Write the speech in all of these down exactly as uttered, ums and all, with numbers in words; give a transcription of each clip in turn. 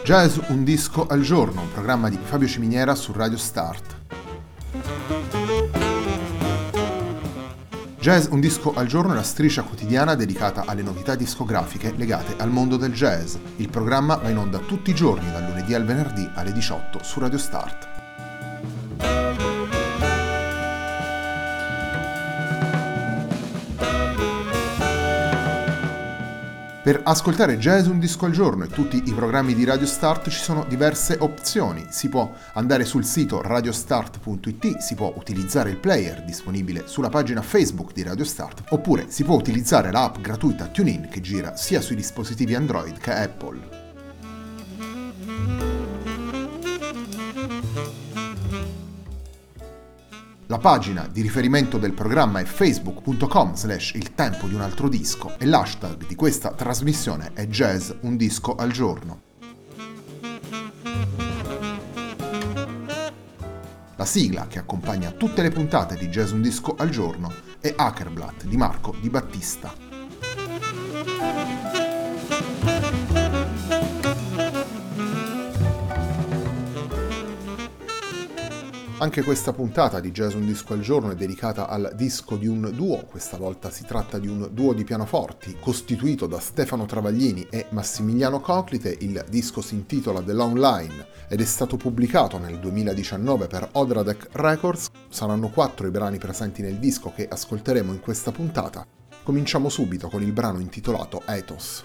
Jazz un disco al giorno, un programma di Fabio Ciminiera su Radio Start. Jazz un disco al giorno è la striscia quotidiana dedicata alle novità discografiche legate al mondo del jazz. Il programma va in onda tutti i giorni, dal lunedì al venerdì alle diciotto su Radio Start. Per ascoltare Jazz un disco al giorno e tutti i programmi di Radio Start ci sono diverse opzioni. Si può andare sul sito radiostart punto it, si può utilizzare il player disponibile sulla pagina Facebook di Radio Start, oppure si può utilizzare l'app gratuita TuneIn che gira sia sui dispositivi Android che Apple. La pagina di riferimento del programma è facebook punto com slash il tempo di un altro disco e l'hashtag di questa trasmissione è Jazz un disco al giorno. La sigla che accompagna tutte le puntate di Jazz un disco al giorno è Hackerblatt di Marco Di Battista. Anche questa puntata di Jazz un disco al giorno è dedicata al disco di un duo. Questa volta si tratta di un duo di pianoforti costituito da Stefano Travaglini e Massimiliano Coclite. Il disco si intitola The Long Line ed è stato pubblicato nel duemiladiciannove per Odradek Records. Saranno quattro i brani presenti nel disco che ascolteremo in questa puntata. Cominciamo subito con il brano intitolato Ethos.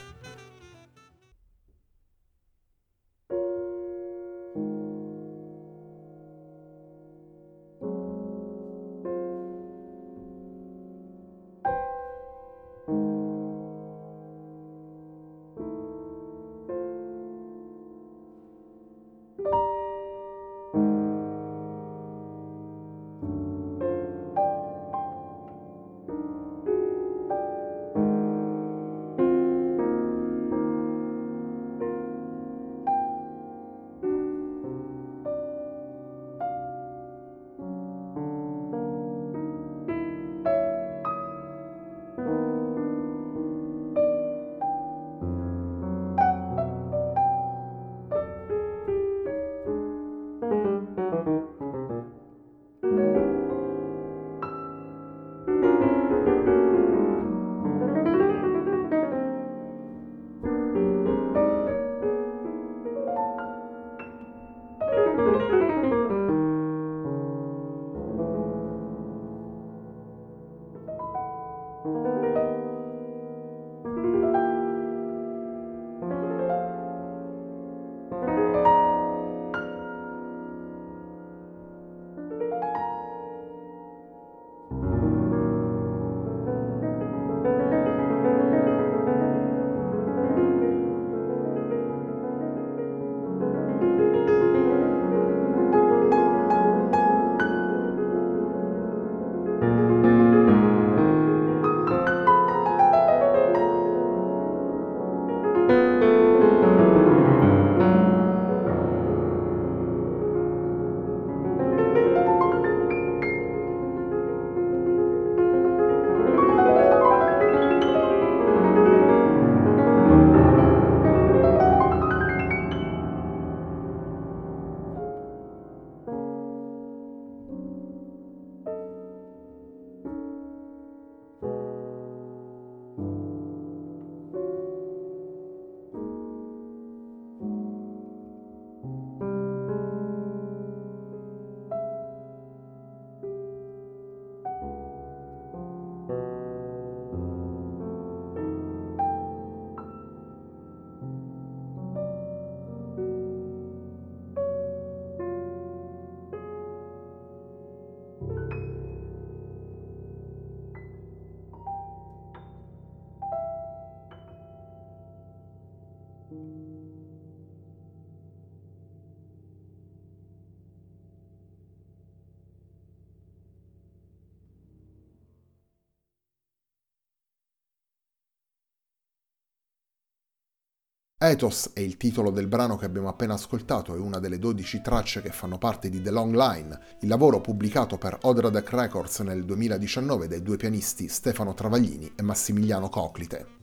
Ethos è il titolo del brano che abbiamo appena ascoltato, è una delle dodici tracce che fanno parte di The Long Line, il lavoro pubblicato per Odradek Records nel duemiladiciannove dai due pianisti Stefano Travaglini e Massimiliano Coclite.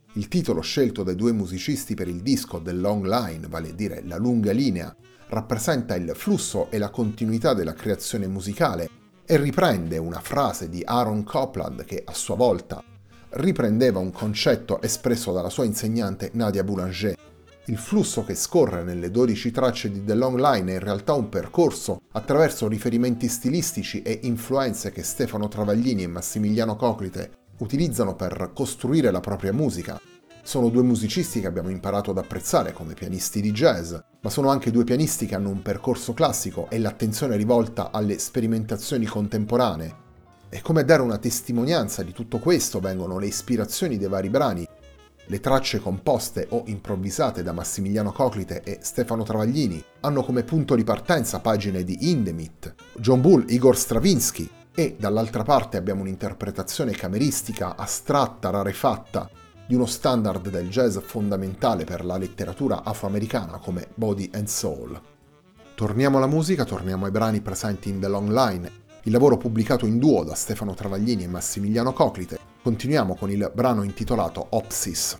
Il titolo scelto dai due musicisti per il disco, The Long Line, vale a dire la lunga linea, rappresenta il flusso e la continuità della creazione musicale e riprende una frase di Aaron Copland che a sua volta riprendeva un concetto espresso dalla sua insegnante Nadia Boulanger. Il flusso che scorre nelle dodici tracce di The Long Line è in realtà un percorso attraverso riferimenti stilistici e influenze che Stefano Travaglini e Massimiliano Coclite utilizzano per costruire la propria musica. Sono due musicisti che abbiamo imparato ad apprezzare come pianisti di jazz, ma sono anche due pianisti che hanno un percorso classico e l'attenzione rivolta alle sperimentazioni contemporanee. E come dare una testimonianza di tutto questo vengono le ispirazioni dei vari brani. Le tracce composte o improvvisate da Massimiliano Coclite e Stefano Travaglini hanno come punto di partenza pagine di Hindemith, John Bull, Igor Stravinsky e dall'altra parte abbiamo un'interpretazione cameristica astratta, rarefatta di uno standard del jazz fondamentale per la letteratura afroamericana come Body and Soul. Torniamo alla musica, torniamo ai brani presenti in The Long Line, il lavoro pubblicato in duo da Stefano Travaglini e Massimiliano Coclite. Continuiamo con il brano intitolato Opsis.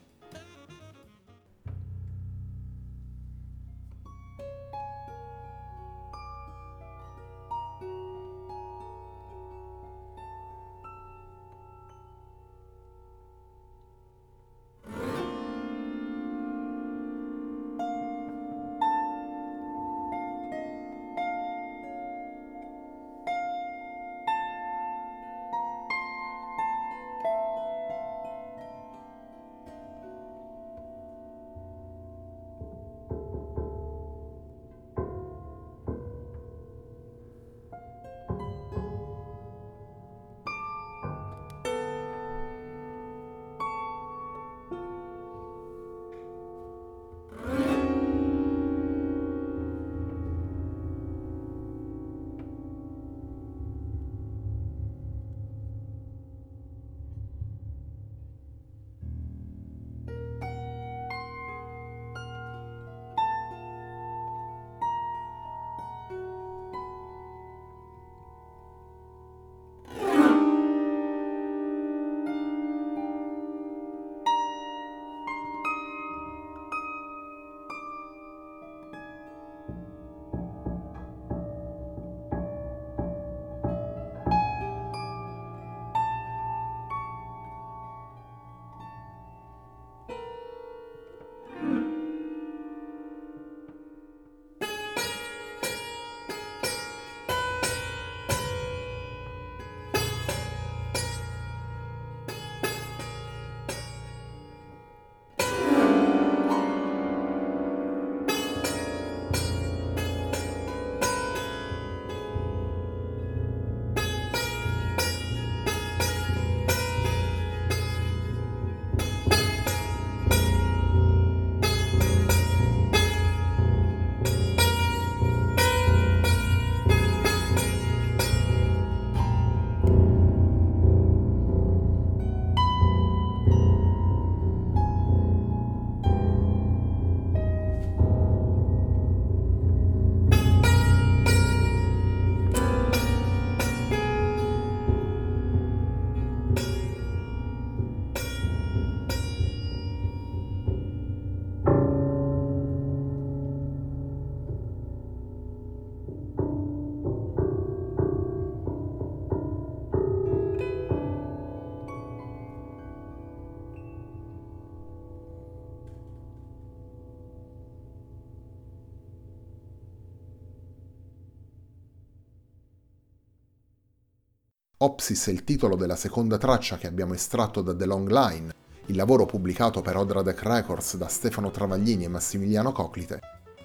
Opsis è il titolo della seconda traccia che abbiamo estratto da The Long Line, il lavoro pubblicato per Odradek Records da Stefano Travaglini e Massimiliano Coclite.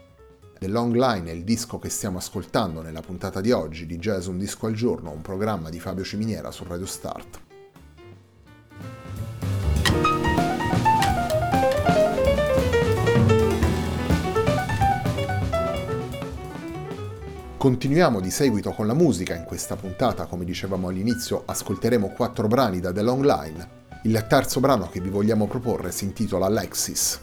The Long Line è il disco che stiamo ascoltando nella puntata di oggi di Jazz Un Disco al Giorno, un programma di Fabio Ciminiera su Radio Start. Continuiamo di seguito con la musica, in questa puntata, come dicevamo all'inizio, ascolteremo quattro brani da The Long Line. Il terzo brano che vi vogliamo proporre si intitola Lexis.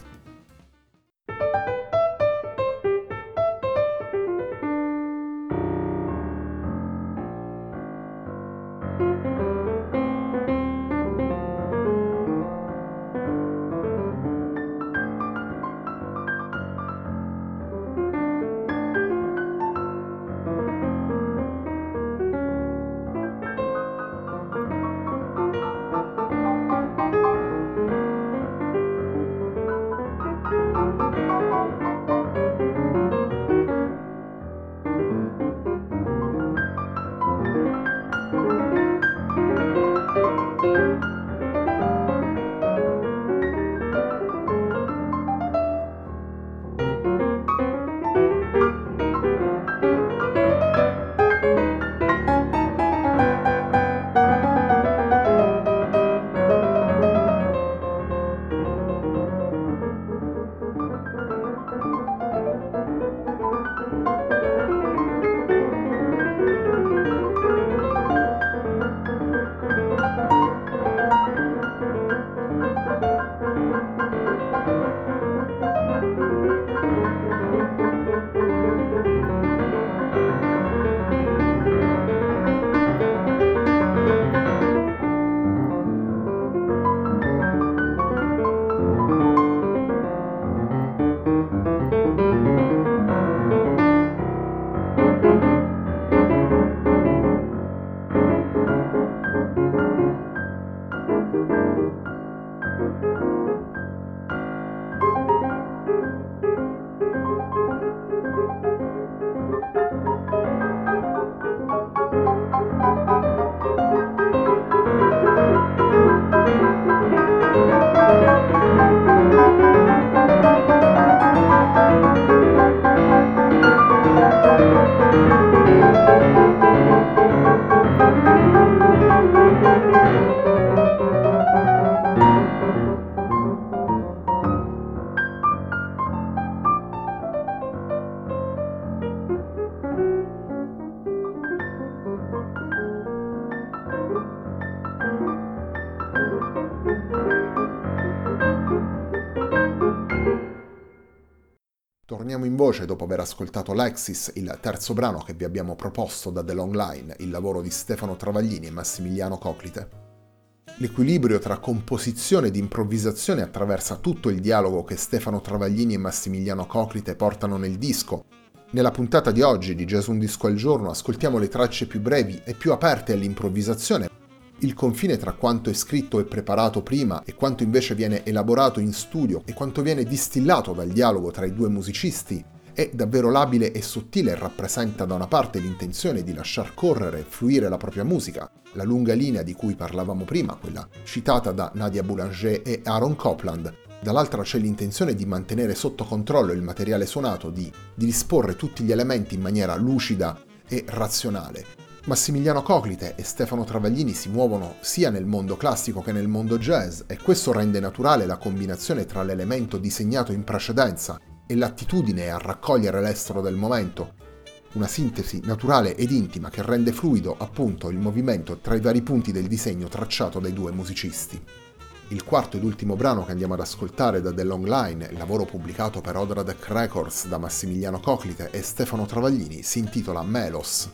Torniamo in voce dopo aver ascoltato Lexis, il terzo brano che vi abbiamo proposto da The Long Line, il lavoro di Stefano Travaglini e Massimiliano Coclite. L'equilibrio tra composizione ed improvvisazione attraversa tutto il dialogo che Stefano Travaglini e Massimiliano Coclite portano nel disco. Nella puntata di oggi di Jazz Un Disco al Giorno ascoltiamo le tracce più brevi e più aperte all'improvvisazione. Il confine tra quanto è scritto e preparato prima e quanto invece viene elaborato in studio e quanto viene distillato dal dialogo tra i due musicisti è davvero labile e sottile e rappresenta da una parte l'intenzione di lasciar correre e fluire la propria musica, la lunga linea di cui parlavamo prima, quella citata da Nadia Boulanger e Aaron Copland. Dall'altra c'è l'intenzione di mantenere sotto controllo il materiale suonato, di, di disporre tutti gli elementi in maniera lucida e razionale. Massimiliano Coclite e Stefano Travaglini si muovono sia nel mondo classico che nel mondo jazz e questo rende naturale la combinazione tra l'elemento disegnato in precedenza e l'attitudine a raccogliere l'estro del momento. Una sintesi naturale ed intima che rende fluido appunto il movimento tra i vari punti del disegno tracciato dai due musicisti. Il quarto ed ultimo brano che andiamo ad ascoltare da The Long Line, il lavoro pubblicato per Odradek Records da Massimiliano Coclite e Stefano Travaglini, si intitola Melos.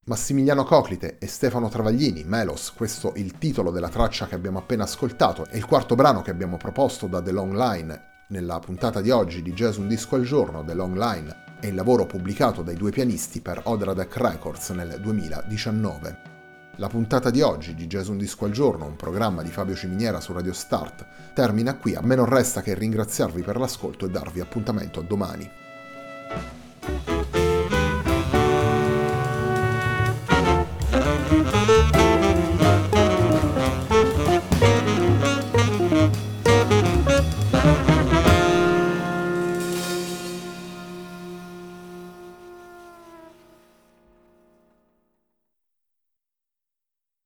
Massimiliano Coclite e Stefano Travaglini, Melos, questo è il titolo della traccia che abbiamo appena ascoltato, è il quarto brano che abbiamo proposto da The Long Line nella puntata di oggi di Jazz Un Disco al Giorno. The Long Line è il lavoro pubblicato dai due pianisti per Odradek Records nel duemiladiciannove. La puntata di oggi di Jazz Un Disco al Giorno, un programma di Fabio Ciminiera su Radio Start, termina qui. A me non resta che ringraziarvi per l'ascolto e darvi appuntamento a domani.